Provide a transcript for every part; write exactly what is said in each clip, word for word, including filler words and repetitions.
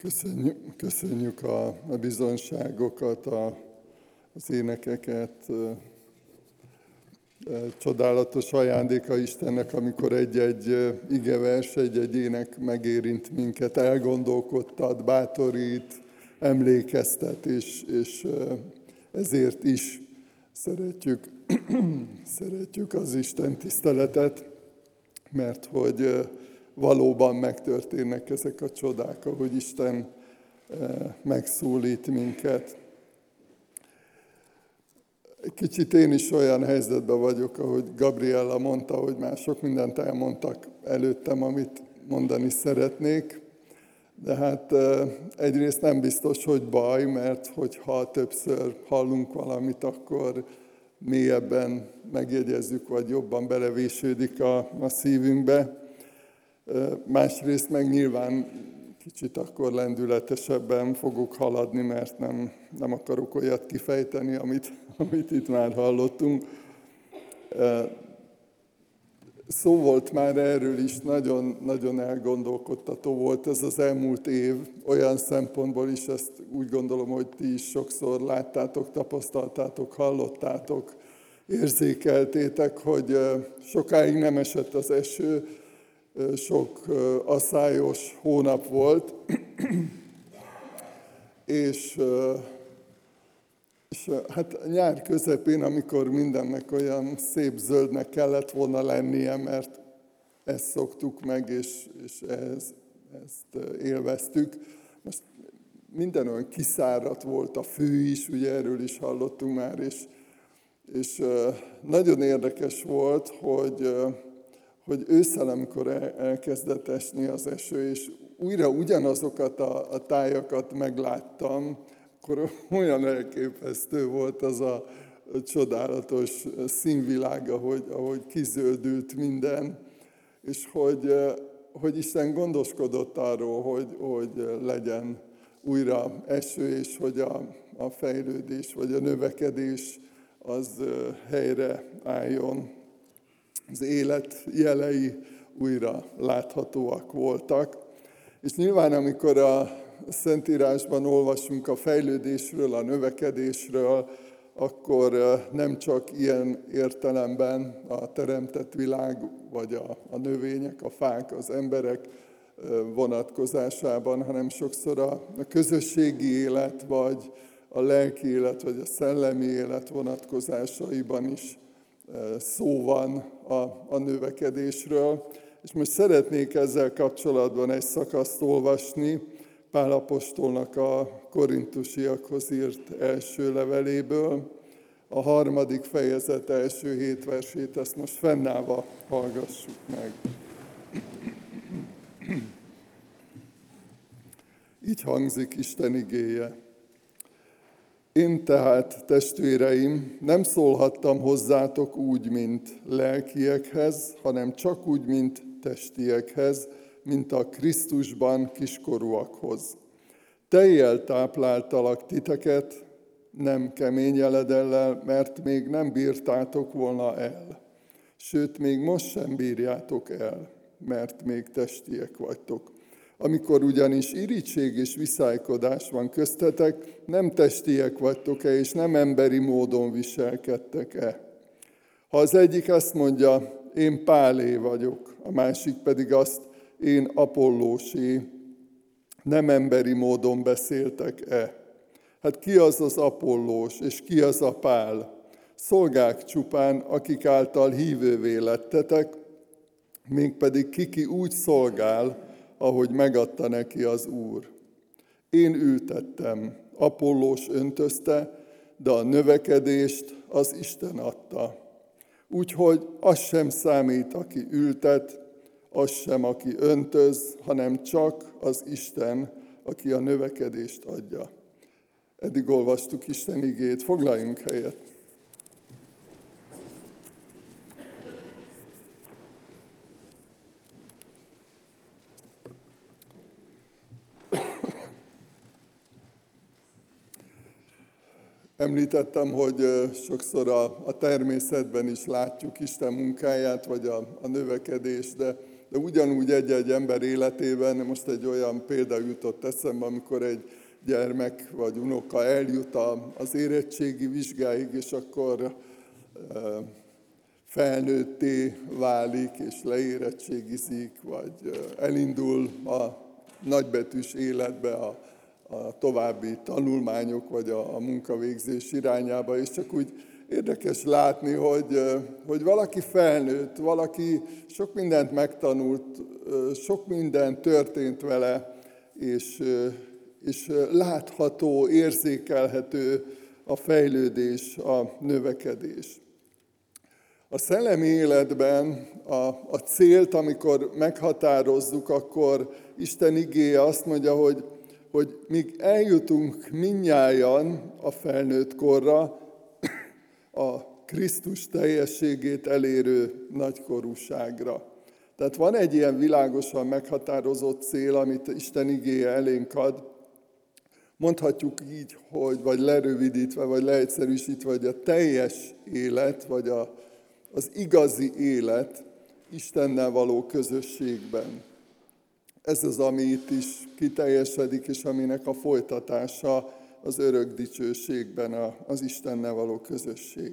Köszönjük, köszönjük a, a bizonságokat, a, az énekeket. Csodálatos ajándéka Istennek, amikor egy-egy igevers, egy-egy ének megérint minket, elgondolkodtat, bátorít, emlékeztet, és, és ezért is szeretjük, szeretjük az Isten tiszteletet, mert hogy valóban megtörténnek ezek a csodák, ahogy Isten megszólít minket. Kicsit én is olyan helyzetben vagyok, ahogy Gabriella mondta, hogy már sok mindent elmondtak előttem, amit mondani szeretnék. De hát egyrészt nem biztos, hogy baj, mert hogyha többször hallunk valamit, akkor mélyebben megjegyezzük, vagy jobban belevésődik a, a szívünkbe. Másrészt meg nyilván kicsit akkor lendületesebben fogok haladni, mert nem, nem akarok olyat kifejteni, amit, amit itt már hallottunk. Szó volt már erről is, nagyon, nagyon elgondolkodtató volt ez az elmúlt év, olyan szempontból is, ezt úgy gondolom, hogy ti is sokszor láttátok, tapasztaltátok, hallottátok, érzékeltétek, hogy sokáig nem esett az eső, sok aszályos hónap volt, és, és hát nyár közepén, amikor mindennek olyan szép zöldnek kellett volna lennie, mert ezt szoktuk meg, és, és ez, ezt élveztük. Most minden olyan kiszáradt volt, a fű is, ugye erről is hallottunk már, és, és nagyon érdekes volt, hogy hogy ősszel, amikor elkezdett esni az eső, és újra ugyanazokat a, a tájakat megláttam, akkor olyan elképesztő volt az a csodálatos színvilág, ahogy, ahogy kizöldült minden, és hogy, hogy Isten gondoskodott arról, hogy, hogy legyen újra eső, és hogy a, a fejlődés, vagy a növekedés az helyre álljon. Az élet jelei újra láthatóak voltak. És nyilván, amikor a Szentírásban olvasunk a fejlődésről, a növekedésről, akkor nem csak ilyen értelemben a teremtett világ, vagy a, a növények, a fák, az emberek vonatkozásában, hanem sokszor a, a közösségi élet, vagy a lelki élet, vagy a szellemi élet vonatkozásaiban is szó van a, a növekedésről. És most szeretnék ezzel kapcsolatban egy szakaszt olvasni Pál apostolnak a korintusiakhoz írt első leveléből. A harmadik fejezet első hét versét, ezt most fennállva hallgassuk meg. Így hangzik Isten igéje. Én tehát, testvéreim, nem szólhattam hozzátok úgy, mint lelkiekhez, hanem csak úgy, mint testiekhez, mint a Krisztusban kiskorúakhoz. Tejjel tápláltalak titeket, nem kemény eledellel, mert még nem bírtátok volna el. Sőt, még most sem bírjátok el, mert még testiek vagytok. Amikor ugyanis irigység és viszálykodás van köztetek, nem testiek vagytok-e, és nem emberi módon viselkedtek-e? Ha az egyik azt mondja, én Pálé vagyok, a másik pedig azt, én Apollósé, nem emberi módon beszéltek-e? Hát ki az az Apollós, és ki az a Pál? Szolgák csupán, akik által hívővé lettetek, mégpedig kiki úgy szolgál, ahogy megadta neki az Úr. Én ültettem, Apollós öntözte, de a növekedést az Isten adta. Úgyhogy az sem számít, aki ültet, az sem, aki öntöz, hanem csak az Isten, aki a növekedést adja. Eddig olvastuk Isten igét, foglaljunk helyet. Említettem, hogy sokszor a, a természetben is látjuk Isten munkáját, vagy a, a növekedést, de, de ugyanúgy egy-egy ember életében, most egy olyan példa jutott eszembe, amikor egy gyermek vagy unoka eljut az érettségi vizsgáig, és akkor felnőtté válik, és leérettségizik, vagy elindul a nagybetűs életbe a, a további tanulmányok, vagy a, a munkavégzés irányába, és csak úgy érdekes látni, hogy, hogy valaki felnőtt, valaki sok mindent megtanult, sok minden történt vele, és, és látható, érzékelhető a fejlődés, a növekedés. A szellemi életben a, a célt, amikor meghatározzuk, akkor Isten igéje azt mondja, hogy, hogy míg eljutunk mindnyájan a felnőtt korra, a Krisztus teljességét elérő nagykorúságra. Tehát van egy ilyen világosan meghatározott cél, amit Isten igéje elénk ad. Mondhatjuk így, hogy vagy lerövidítve, vagy leegyszerűsítve, hogy a teljes élet, vagy a, az igazi élet Istennel való közösségben. Ez az, ami itt is kiteljesedik, és aminek a folytatása az örök dicsőségben az Istennel való közösség.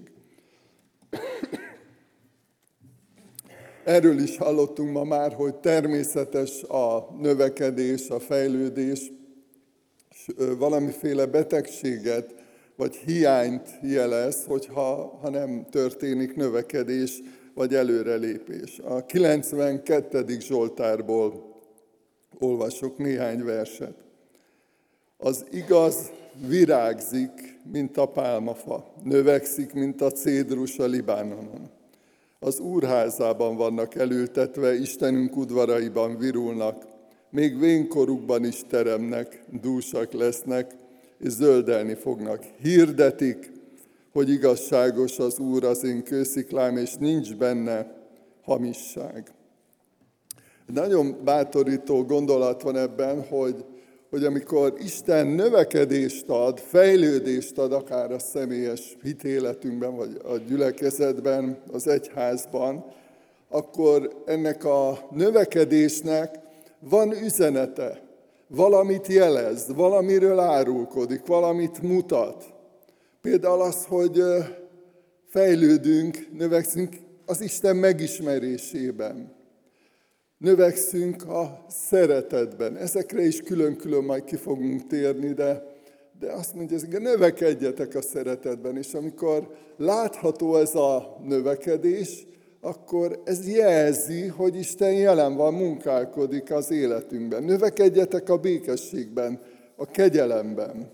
Erről is hallottunk ma már, hogy természetes a növekedés, a fejlődés, valamiféle betegséget vagy hiányt jelez, hogyha ha nem történik növekedés vagy előrelépés. A kilencvenkettedik Zsoltárból olvasok néhány verset. Az igaz virágzik, mint a pálmafa, növekszik, mint a cédrus a Libánonon. Az úrházában vannak elültetve, Istenünk udvaraiban virulnak, még vénkorukban is teremnek, dúsak lesznek, és zöldelni fognak. Hirdetik, hogy igazságos az Úr, az én kősziklám, és nincs benne hamisság. Nagyon bátorító gondolat van ebben, hogy, hogy amikor Isten növekedést ad, fejlődést ad, akár a személyes hitéletünkben, vagy a gyülekezetben, az egyházban, akkor ennek a növekedésnek van üzenete, valamit jelez, valamiről árulkodik, valamit mutat. Például az, hogy fejlődünk, növekszünk az Isten megismerésében. Növekszünk a szeretetben. Ezekre is külön-külön majd ki fogunk térni, de, de azt mondja, hogy növekedjetek a szeretetben. És amikor látható ez a növekedés, akkor ez jelzi, hogy Isten jelen van, munkálkodik az életünkben. Növekedjetek a békességben, a kegyelemben.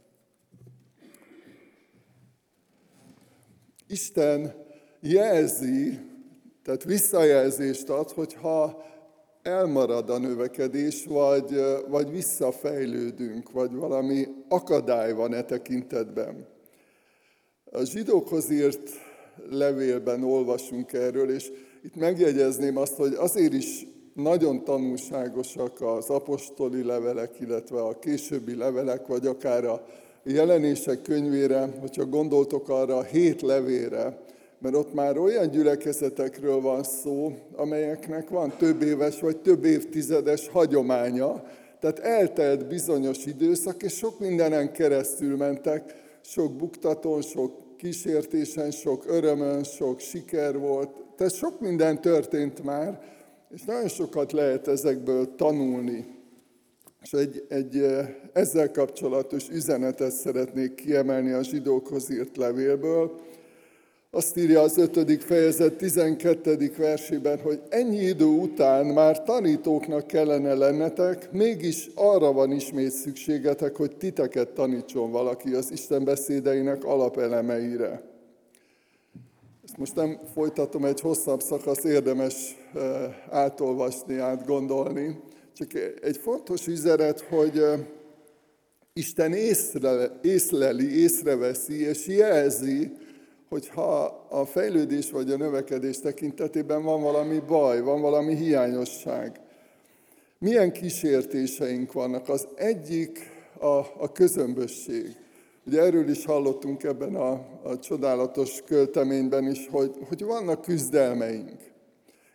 Isten jelzi, tehát visszajelzést ad, hogyha elmarad a növekedés, vagy, vagy visszafejlődünk, vagy valami akadály van e tekintetben. A zsidókhoz írt levélben olvasunk erről, és itt megjegyezném azt, hogy azért is nagyon tanulságosak az apostoli levelek, illetve a későbbi levelek, vagy akár a Jelenések könyvére, hogyha gondoltok arra a hét levélre, mert ott már olyan gyülekezetekről van szó, amelyeknek van több éves vagy több évtizedes hagyománya, tehát eltelt bizonyos időszak, és sok mindenen keresztül mentek, sok buktatón, sok kísértésen, sok örömön, sok siker volt, tehát sok minden történt már, és nagyon sokat lehet ezekből tanulni. És egy, egy ezzel kapcsolatos üzenetet szeretnék kiemelni a zsidókhoz írt levélből. Azt írja az ötödik fejezet tizenkettedik versében, hogy ennyi idő után már tanítóknak kellene lennetek, mégis arra van ismét szükségetek, hogy titeket tanítson valaki az Isten beszédeinek alapelemeire. Ezt most nem folytatom, egy hosszabb szakasz, érdemes átolvasni, átgondolni. Csak egy fontos üzenet, hogy Isten észre, észleli, észreveszi és jelzi, hogyha a fejlődés vagy a növekedés tekintetében van valami baj, van valami hiányosság. Milyen kísértéseink vannak? Az egyik a, a közömbösség. Ugye erről is hallottunk ebben a, a csodálatos költeményben is, hogy, hogy vannak küzdelmeink.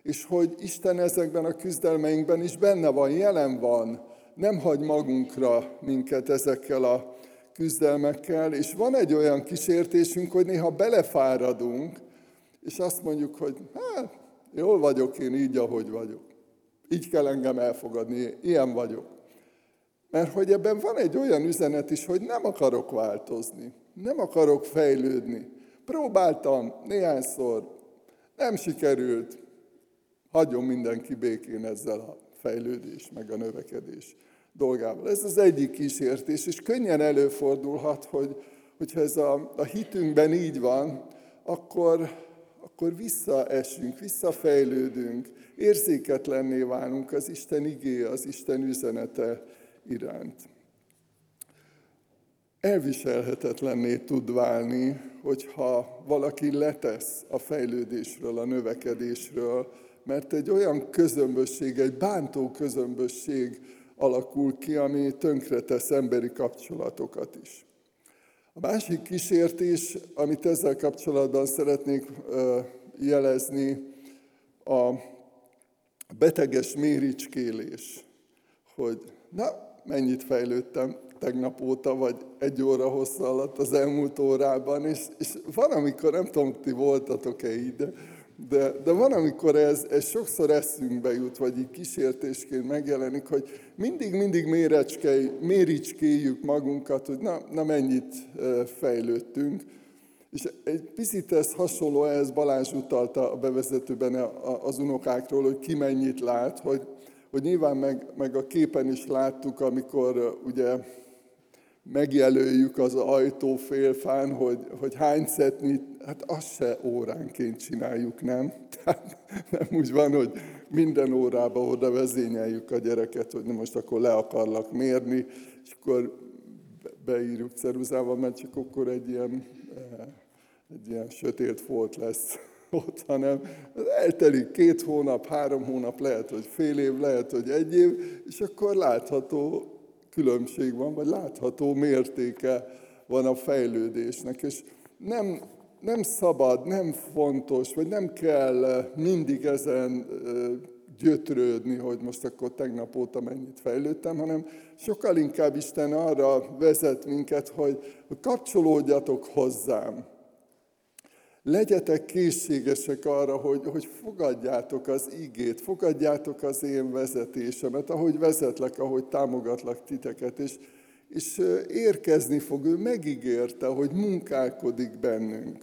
És hogy Isten ezekben a küzdelmeinkben is benne van, jelen van, nem hagy magunkra minket ezekkel a küzdelmekkel, és van egy olyan kísértésünk, hogy néha belefáradunk, és azt mondjuk, hogy hát, jól vagyok én így, ahogy vagyok. Így kell engem elfogadni, ilyen vagyok. Mert hogy ebben van egy olyan üzenet is, hogy nem akarok változni, nem akarok fejlődni. Próbáltam néhányszor, nem sikerült, hagyjon mindenki békén ezzel a fejlődés, meg a növekedés dolgával. Ez az egyik kísértés, és könnyen előfordulhat, hogy, hogyha ez a, a hitünkben így van, akkor, akkor visszaesünk, visszafejlődünk, érzéketlenné válunk az Isten igéje, az Isten üzenete iránt. Elviselhetetlenné tud válni, hogyha valaki letesz a fejlődésről, a növekedésről, mert egy olyan közömbösség, egy bántó közömbösség alakul ki, ami tönkretesz emberi kapcsolatokat is. A másik kísértés, amit ezzel kapcsolatban szeretnék jelezni, a beteges méricskélés, hogy na, mennyit fejlődtem tegnap óta, vagy egy óra hossza alatt az elmúlt órában, és, és van, amikor, nem tudom, ti voltatok-e így, de, de, de van, amikor ez, ez sokszor eszünkbe jut, vagy így kísértésként megjelenik, hogy mindig-mindig méricskéljük magunkat, hogy na, na mennyit fejlődtünk. És egy picit ez hasonló, ehhez Balázs utalta a bevezetőben az unokákról, hogy ki mennyit lát, hogy, hogy nyilván meg, meg a képen is láttuk, amikor ugye megjelöljük az ajtófélfán, hogy, hogy hány cetnit, hát azt se óránként csináljuk, nem? Tehát nem úgy van, hogy minden órába oda vezényeljük a gyereket, hogy most akkor le akarlak mérni, és akkor beírjuk ceruzával, mert csak akkor egy ilyen, egy ilyen sötét folt lesz ott, hanem eltelik két hónap, három hónap, lehet, hogy fél év, lehet, hogy egy év, és akkor látható különbség van, vagy látható mértéke van a fejlődésnek. És nem, nem szabad, nem fontos, vagy nem kell mindig ezen gyötrődni, hogy most akkor tegnap óta mennyit fejlődtem, hanem sokkal inkább Isten arra vezet minket, hogy kapcsolódjatok hozzám. Legyetek készségesek arra, hogy, hogy fogadjátok az igét, fogadjátok az én vezetésemet, ahogy vezetlek, ahogy támogatlak titeket, és, és érkezni fog, ő megígérte, hogy munkálkodik bennünk.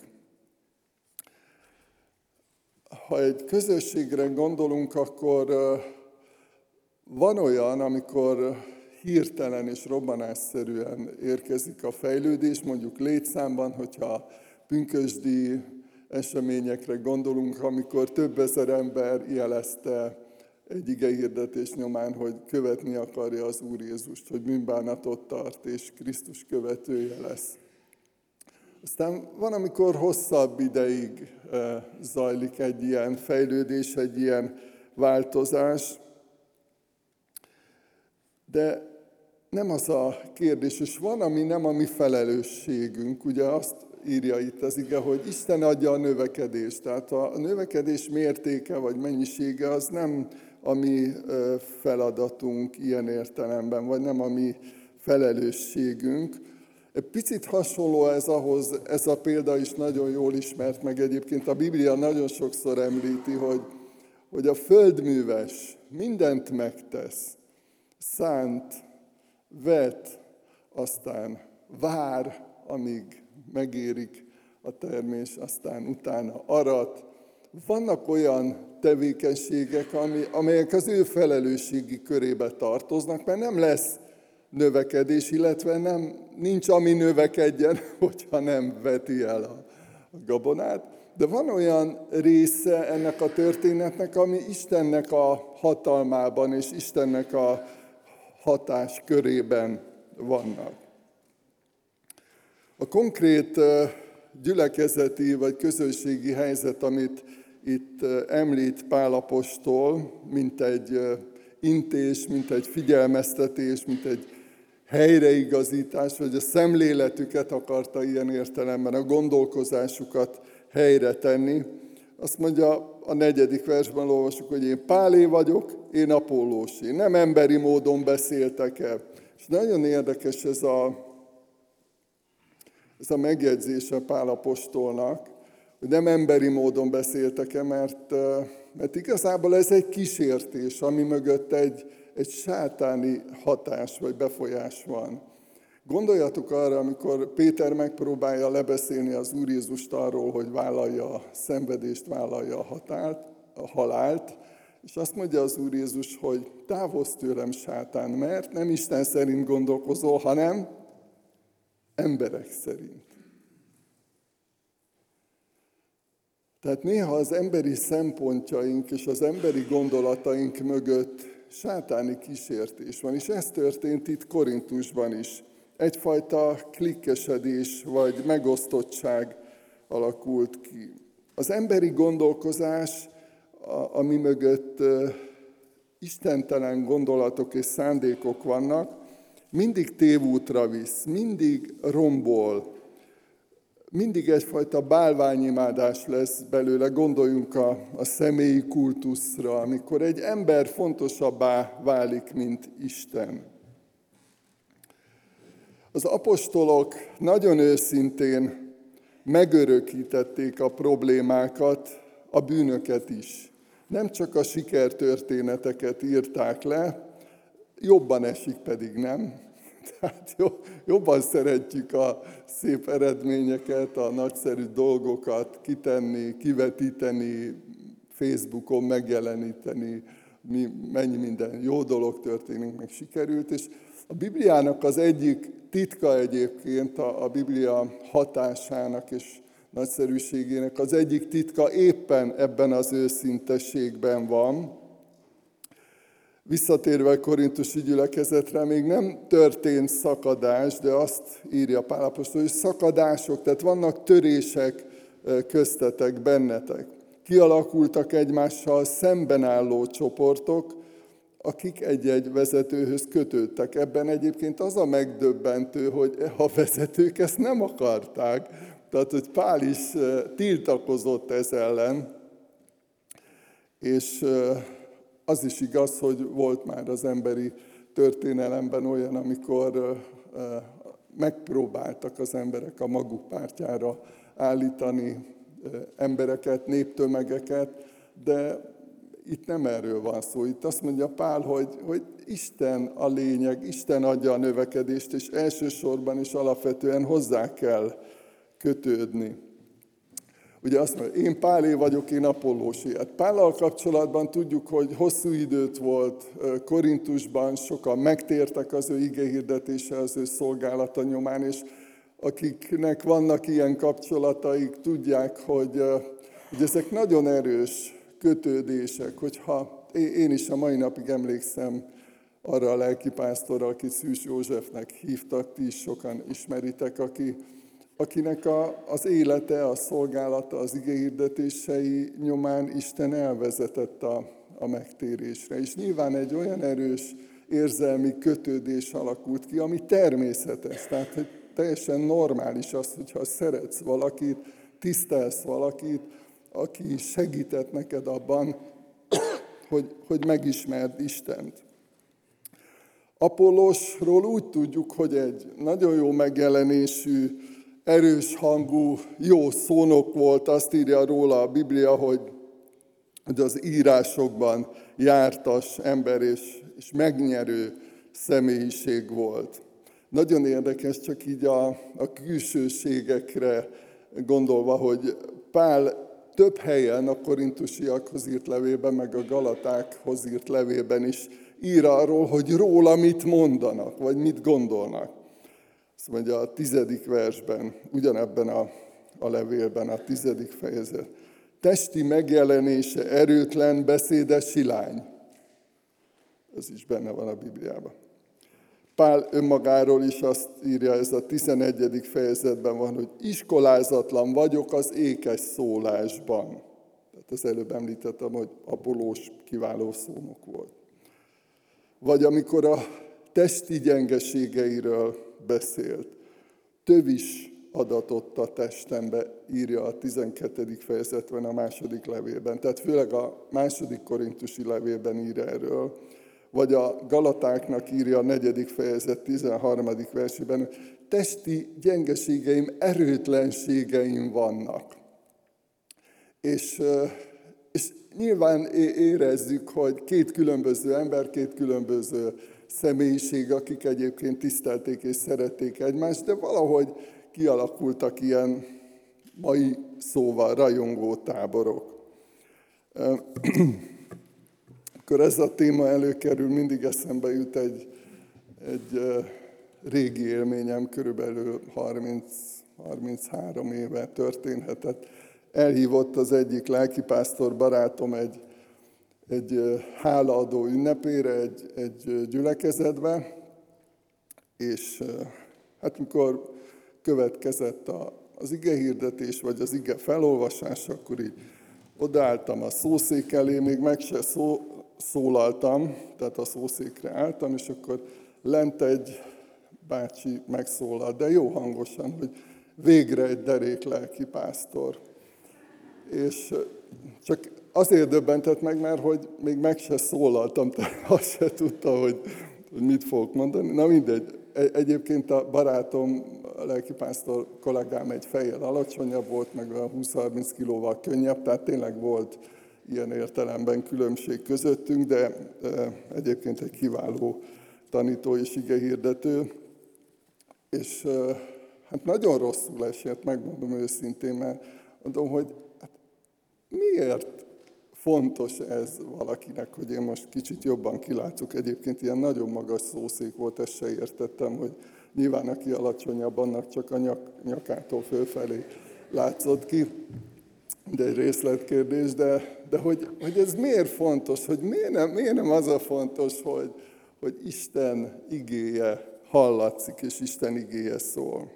Ha egy közösségre gondolunk, akkor van olyan, amikor hirtelen és robbanásszerűen érkezik a fejlődés, mondjuk létszámban, hogyha pünkösdi eseményekre gondolunk, amikor több ezer ember jelezte egy igehirdetés nyomán, hogy követni akarja az Úr Jézust, hogy bűnbánatot tart, és Krisztus követője lesz. Aztán van, amikor hosszabb ideig zajlik egy ilyen fejlődés, egy ilyen változás, de nem az a kérdés, és van, ami nem a mi felelősségünk. Ugye azt írja itt az ige, hogy Isten adja a növekedést. Tehát a növekedés mértéke vagy mennyisége az nem a mi feladatunk ilyen értelemben, vagy nem a mi felelősségünk. Egy picit hasonló ez ahhoz, ez a példa is nagyon jól ismert, meg egyébként a Biblia nagyon sokszor említi, hogy, hogy a földműves mindent megtesz, szánt, vet, aztán vár, amíg megérik a termés, aztán utána arat. Vannak olyan tevékenységek, ami, amelyek az ő felelősségi körébe tartoznak, mert nem lesz növekedés, illetve nem, nincs ami növekedjen, hogyha nem veti el a, a gabonát. De van olyan része ennek a történetnek, ami Istennek a hatalmában és Istennek a hatás körében vannak. A konkrét gyülekezeti vagy közösségi helyzet, amit itt említ Pál apostol, mint egy intés, mint egy figyelmeztetés, mint egy helyreigazítás, vagy a szemléletüket akarta ilyen értelemben, a gondolkozásukat helyre tenni, Azt mondja, a negyedik versben olvasjuk, hogy én Pálé vagyok, én Apollósé. Nem emberi módon beszéltek el. És nagyon érdekes ez a, ez a megjegyzése Pál apostolnak, hogy nem emberi módon beszéltek el, mert, mert igazából ez egy kísértés, ami mögött egy, egy sátáni hatás vagy befolyás van. Gondoljatok arra, amikor Péter megpróbálja lebeszélni az Úr Jézust arról, hogy vállalja a szenvedést, vállalja a, hatált, a halált, és azt mondja az Úr Jézus, hogy távozz tőlem, sátán, mert nem Isten szerint gondolkozol, hanem emberek szerint. Tehát néha az emberi szempontjaink és az emberi gondolataink mögött sátáni kísértés van, és ez történt itt Korintusban is. Egyfajta klikkesedés vagy megosztottság alakult ki. Az emberi gondolkozás, ami mögött istentelen gondolatok és szándékok vannak, mindig tévútra visz, mindig rombol, mindig egyfajta bálványimádás lesz belőle. Gondoljunk a, a személyi kultuszra, amikor egy ember fontosabbá válik, mint Isten. Az apostolok nagyon őszintén megörökítették a problémákat, a bűnöket is. Nem csak a sikertörténeteket írták le, jobban esik pedig nem. Tehát jobban szeretjük a szép eredményeket, a nagyszerű dolgokat kitenni, kivetíteni, Facebookon megjeleníteni, mi, mennyi minden jó dolog történik, meg sikerült. És a Bibliának az egyik titka egyébként, a, a Biblia hatásának és nagyszerűségének az egyik titka éppen ebben az őszintességben van. Visszatérve a korintusi gyülekezetre, még nem történt szakadás, de azt írja Pál apostol, hogy szakadások, tehát vannak törések köztetek, bennetek. Kialakultak egymással szemben álló csoportok, akik egy-egy vezetőhöz kötődtek. Ebben egyébként az a megdöbbentő, hogy a vezetők ezt nem akarták. Tehát, hogy Pál is tiltakozott ez ellen, és az is igaz, hogy volt már az emberi történelemben olyan, amikor megpróbáltak az emberek a maguk pártjára állítani embereket, néptömegeket, de itt nem erről van szó. Itt azt mondja Pál, hogy, hogy Isten a lényeg, Isten adja a növekedést, és elsősorban és alapvetően hozzá kell kötődni. Ugye azt mondja, én Pálé vagyok, én Apollósé. Hát Pállal kapcsolatban tudjuk, hogy hosszú időt volt Korintusban, sokan megtértek az ő igehirdetése, az ő szolgálata nyomán, és akiknek vannak ilyen kapcsolataik, tudják, hogy, hogy ezek nagyon erős kötődések, hogyha én is a mai napig emlékszem arra a lelkipásztorra, akit Szűz Józsefnek hívtak, ti is sokan ismeritek, aki, akinek a, az élete, a szolgálata, az igehirdetései nyomán Isten elvezetett a, a megtérésre. És nyilván egy olyan erős érzelmi kötődés alakult ki, ami természetes, tehát hogy teljesen normális az, hogyha szeretsz valakit, tisztelsz valakit, aki segített neked abban, hogy, hogy megismerd Istent. Apollósról úgy tudjuk, hogy egy nagyon jó megjelenésű, erős hangú, jó szónok volt. Azt írja róla a Biblia, hogy, hogy az írásokban jártas ember és, és megnyerő személyiség volt. Nagyon érdekes, csak így a, a külsőségekre gondolva, hogy Pál több helyen a korintusiakhoz írt levélben, meg a galatákhoz írt levélben is ír arról, hogy róla mit mondanak, vagy mit gondolnak. Azt mondja a tizedik versben, ugyanebben a, a levélben, a tizedik fejezet. Testi megjelenése erőtlen, beszéde silány. Ez is benne van a Bibliában. Pál önmagáról is azt írja, ez a tizenegyedik fejezetben van, hogy iskolázatlan vagyok az ékes szólásban. Tehát az előbb említettem, hogy Apollós kiváló szónok volt. Vagy amikor a testi gyengeségeiről beszélt. Tövis adatott a testembe, írja a tizenkettedik fejezetben a második levélben. Tehát főleg a második korintusi levélben ír erről. Vagy a Galatáknak írja a negyedik fejezet tizenharmadik versében, testi gyengeségeim, erőtlenségeim vannak. És, és nyilván érezzük, hogy két különböző ember, két különböző személyiség, akik egyébként tisztelték és szerették egymást, de valahogy kialakultak ilyen mai szóval rajongó táborok. Akkor ez a téma előkerül, mindig eszembe jut egy, egy régi élményem, körülbelül harminc-harminchárom éve történhetett. Elhívott az egyik lelkipásztor barátom egy, egy hálaadó ünnepére, egy, egy gyülekezetbe, és hát mikor következett a, az igehirdetés, vagy az ige felolvasás, akkor így odaálltam a szószék elé, még meg se szó, szólaltam, tehát a szószékre álltam, és akkor lent egy bácsi megszólalt, de jó hangosan, hogy végre egy derék lelkipásztor. És csak azért döbbentett meg, mert hogy még meg se szólaltam, tehát azt se tudta, hogy, hogy mit fogok mondani. Na mindegy, egyébként a barátom, a lelkipásztor kollégám egy fejjel alacsonyabb volt, meg a húsz-harminc kilóval könnyebb, tehát tényleg volt ilyen értelemben különbség közöttünk, de egyébként egy kiváló tanító és igehirdető. És hát nagyon rosszul esett, megmondom őszintén, mert mondom, hogy hát miért fontos ez valakinek, hogy én most kicsit jobban kilátszok. Egyébként ilyen nagyon magas szószék volt, ezt se értettem, hogy nyilván aki alacsonyabb, annak csak a nyak, nyakától fölfelé látszott ki. De egy részletkérdés, de, de hogy, hogy ez miért fontos, hogy miért nem, miért nem az a fontos, hogy, hogy Isten igéje hallatszik, és Isten igéje szól.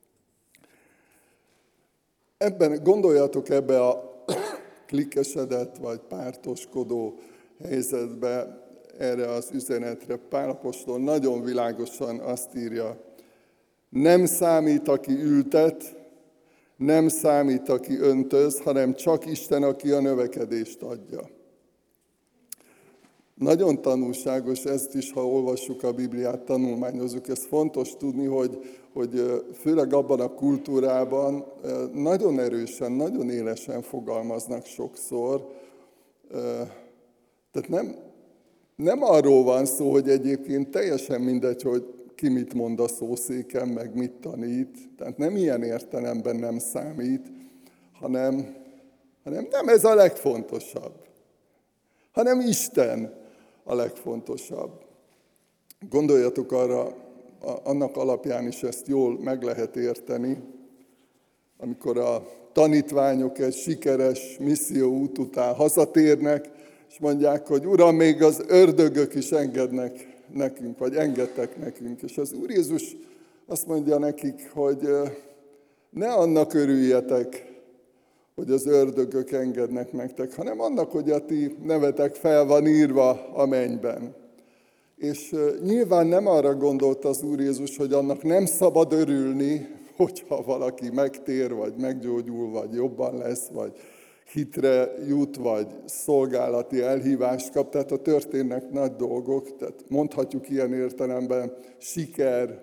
Ebben, gondoljatok ebbe a klikkesedett, vagy pártoskodó helyzetbe, erre az üzenetre. Pál apostol nagyon világosan azt írja, nem számít, aki ültet, nem számít, aki öntöz, hanem csak Isten, aki a növekedést adja. Nagyon tanulságos ezt is, ha olvassuk a Bibliát, tanulmányozzuk. Ez fontos tudni, hogy, hogy főleg abban a kultúrában nagyon erősen, nagyon élesen fogalmaznak sokszor. Tehát nem, nem arról van szó, hogy egyébként teljesen mindegy, hogy ki mit mond a szószéken, meg mit tanít. Tehát nem ilyen értelemben nem számít, hanem, hanem nem ez a legfontosabb, hanem Isten a legfontosabb. Gondoljatok arra, annak alapján is ezt jól meg lehet érteni, amikor a tanítványok egy sikeres misszióút után hazatérnek, és mondják, hogy Uram, még az ördögök is engednek nekünk, vagy engedtek nekünk. És az Úr Jézus azt mondja nekik, hogy ne annak örüljetek, hogy az ördögök engednek nektek, hanem annak, hogy a ti nevetek fel van írva a mennyben. És nyilván nem arra gondolt az Úr Jézus, hogy annak nem szabad örülni, hogyha valaki megtér, vagy meggyógyul, vagy jobban lesz, vagy hitre jut, vagy szolgálati elhívást kap, tehát a történnek nagy dolgok, tehát mondhatjuk ilyen értelemben, siker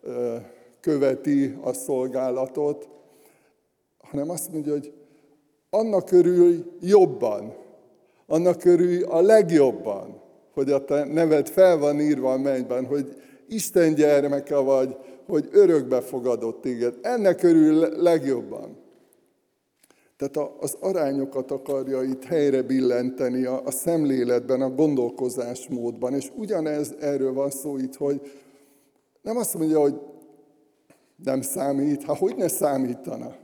követi a szolgálatot, hanem azt mondja, hogy annak örülj jobban, annak örülj a legjobban, hogy a te neved fel van írva a mennyben, hogy Isten gyermeke vagy, hogy örökbe fogadott téged. Ennek örül legjobban. Tehát az arányokat akarja itt helyre billenteni a, a szemléletben, a gondolkozásmódban. És ugyanez erről van szó itt, hogy nem azt mondja, hogy nem számít, hát hogy ne számítana?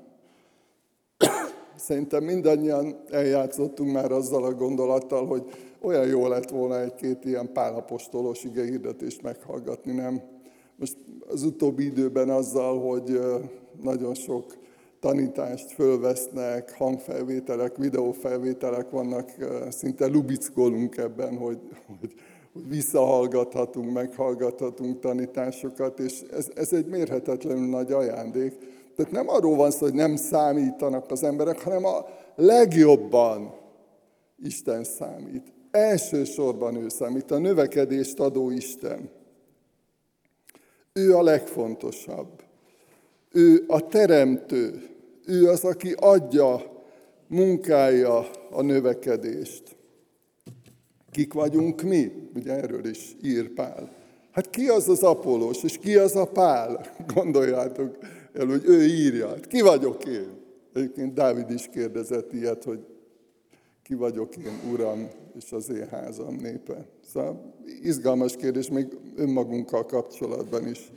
Szerintem mindannyian eljátszottunk már azzal a gondolattal, hogy olyan jó lett volna egy-két ilyen Pál apostolos igehirdetést meghallgatni, nem? Most az utóbbi időben azzal, hogy nagyon sok tanítást fölvesznek, hangfelvételek, videófelvételek vannak, szinte lubickolunk ebben, hogy, hogy, hogy visszahallgathatunk, meghallgathatunk tanításokat, és ez, ez egy mérhetetlenül nagy ajándék. Tehát nem arról van szó, hogy nem számítanak az emberek, hanem a legjobban Isten számít. Elsősorban ő számít, a növekedést adó Isten. Ő a legfontosabb. Ő a teremtő. Ő az, aki adja, munkálja a növekedést. Kik vagyunk mi? Ugye erről is ír Pál. Hát ki az az Apollós, és ki az a Pál? Gondoljátok el, hogy ő írja. Hát ki vagyok én? Egyébként Dávid is kérdezett ilyet, hogy ki vagyok én, Uram, és az én házam népe. Szóval izgalmas kérdés, még önmagunkkal kapcsolatban is.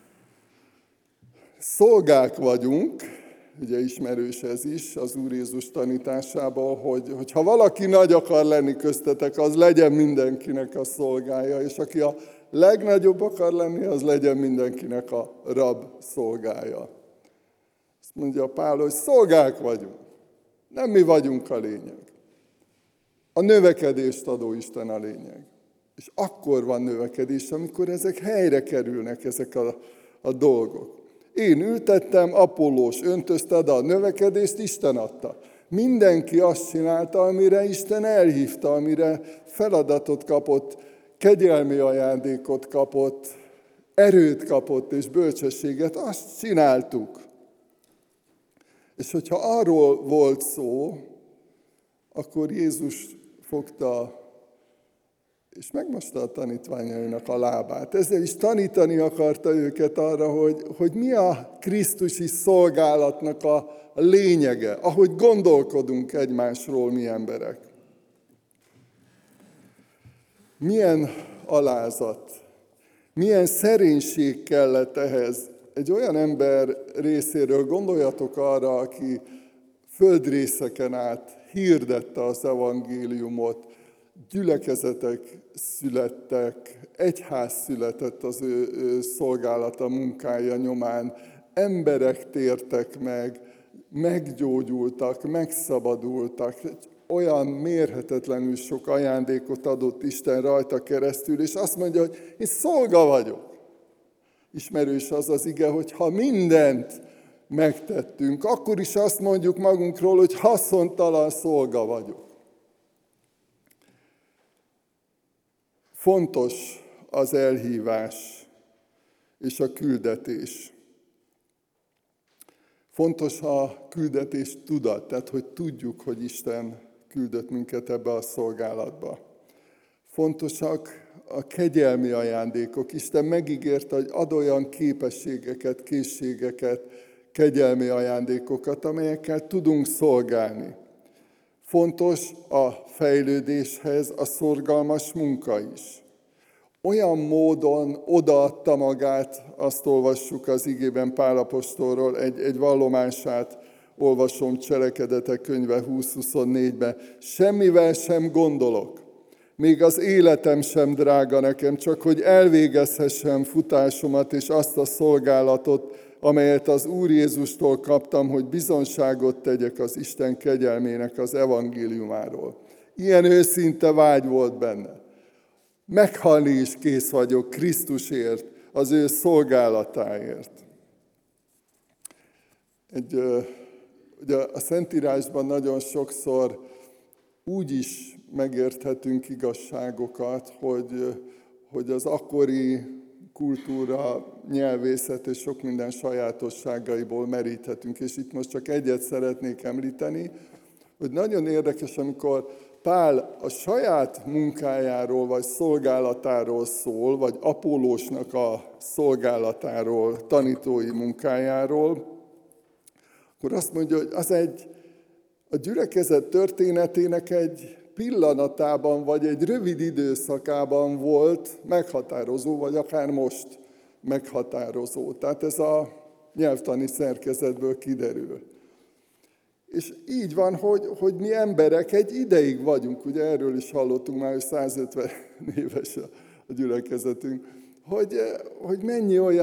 Szolgák vagyunk, ugye ismerős ez is az Úr Jézus tanításából, hogy, hogy ha valaki nagy akar lenni köztetek, az legyen mindenkinek a szolgája, és aki a legnagyobb akar lenni, az legyen mindenkinek a rab szolgája. Azt mondja Pál, hogy szolgák vagyunk, nem mi vagyunk a lényeg. A növekedést adó Isten a lényeg. És akkor van növekedés, amikor ezek helyre kerülnek, ezek a, a dolgok. Én ültettem, Apollós öntözte, de a növekedést Isten adta. Mindenki azt csinálta, amire Isten elhívta, amire feladatot kapott, kegyelmi ajándékot kapott, erőt kapott és bölcsességet, azt csináltuk. És hogyha arról volt szó, akkor Jézus fogta és megmosta a tanítványainak a lábát. Ezzel is tanítani akarta őket arra, hogy, hogy mi a krisztusi szolgálatnak a lényege, ahogy gondolkodunk egymásról mi emberek. Milyen alázat, milyen szerénység kellett ehhez. Egy olyan ember részéről, gondoljatok arra, aki földrészeken át hirdette az evangéliumot, gyülekezetek születtek, egyház született az ő, ő szolgálata, munkája nyomán, emberek tértek meg, meggyógyultak, megszabadultak, olyan mérhetetlenül sok ajándékot adott Isten rajta keresztül, és azt mondja, hogy én szolga vagyok. Ismerős az az ige, hogy ha mindent megtettünk, akkor is azt mondjuk magunkról, hogy haszontalan szolga vagyok. Fontos az elhívás és a küldetés. Fontos a küldetés tudat, tehát hogy tudjuk, hogy Isten küldött minket ebbe a szolgálatba. Fontosak a kegyelmi ajándékok. Isten megígérte, hogy ad olyan képességeket, készségeket, kegyelmi ajándékokat, amelyekkel tudunk szolgálni. Fontos a fejlődéshez a szorgalmas munka is. Olyan módon odaadta magát, azt olvassuk az igében Pál apostolról, egy, egy vallomását olvasom Cselekedetek könyve húsz huszonnégyben. Semmivel sem gondolok, még az életem sem drága nekem, csak hogy elvégezhessem futásomat és azt a szolgálatot, amelyet az Úr Jézustól kaptam, hogy bizonságot tegyek az Isten kegyelmének az evangéliumáról. Ilyen őszinte vágy volt benne. Meghalni is kész vagyok Krisztusért, az ő szolgálatáért. Egy, ugye a Szentírásban nagyon sokszor úgy is megérthetünk igazságokat, hogy, hogy az akkori kultúra, nyelvészet és sok minden sajátosságaiból meríthetünk. És itt most csak egyet szeretnék említeni, hogy nagyon érdekes, amikor Pál a saját munkájáról vagy szolgálatáról szól, vagy Apollósnak a szolgálatáról, tanítói munkájáról, akkor azt mondja, hogy az egy a gyülekezet történetének egy pillanatában, vagy egy rövid időszakában volt meghatározó, vagy akár most meghatározó. Tehát ez a nyelvtani szerkezetből kiderül. És így van, hogy, hogy mi emberek egy ideig vagyunk, ugye erről is hallottunk már, hogy százötven éves a gyülekezetünk, hogy, hogy mennyi olyan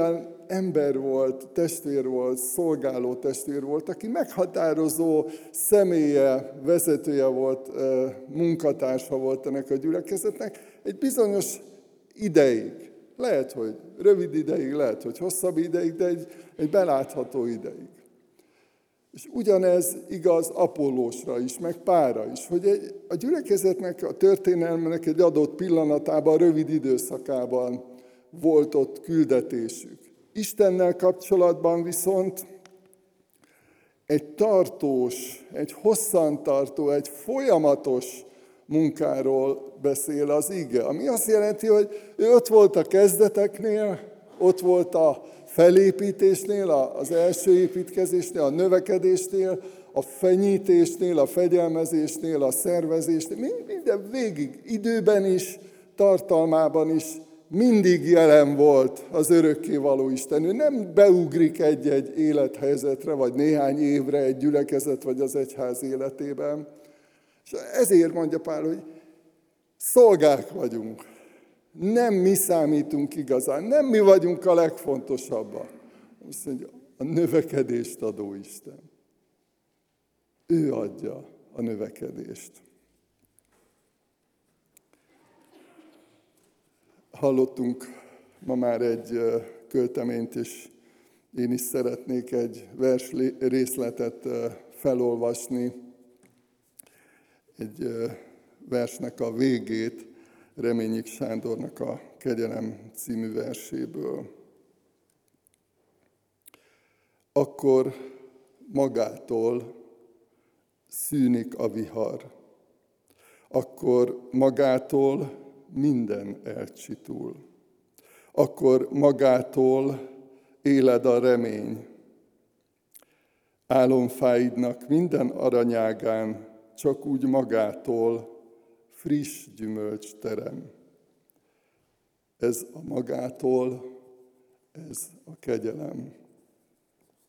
ember volt, testvér volt, szolgáló testvér volt, aki meghatározó személye, vezetője volt, munkatársa volt ennek a gyülekezetnek egy bizonyos ideig. Lehet, hogy rövid ideig, lehet, hogy hosszabb ideig, de egy, egy belátható ideig. És ugyanez igaz Apollósra is, meg Pálra is, hogy egy, a gyülekezetnek, a történelmének egy adott pillanatában, rövid időszakában volt ott küldetésük. Istennel kapcsolatban viszont egy tartós, egy hosszantartó, egy folyamatos munkáról beszél az ige. Ami azt jelenti, hogy ő ott volt a kezdeteknél, ott volt a felépítésnél, az első építkezésnél, a növekedésnél, a fenyítésnél, a fegyelmezésnél, a szervezésnél, minden végig, időben is, tartalmában is mindig jelen volt az örökkévaló Isten. Ő nem beugrik egy-egy élethelyzetre, vagy néhány évre egy gyülekezet, vagy az egyház életében. És ezért mondja Pál, hogy szolgák vagyunk. Nem mi számítunk igazán, nem mi vagyunk a legfontosabbak. Azt mondja, a növekedést adó Isten. Ő adja a növekedést. Hallottunk ma már egy költeményt, és én is szeretnék egy vers részletet felolvasni. Egy versnek a végét, Reményik Sándornak a Kegyelem című verséből. Akkor magától szűnik a vihar. Akkor magától minden elcsitul. Akkor magától éled a remény. Álomfáidnak minden aranyágán csak úgy magától friss gyümölcs terem. Ez a magától, ez a kegyelem.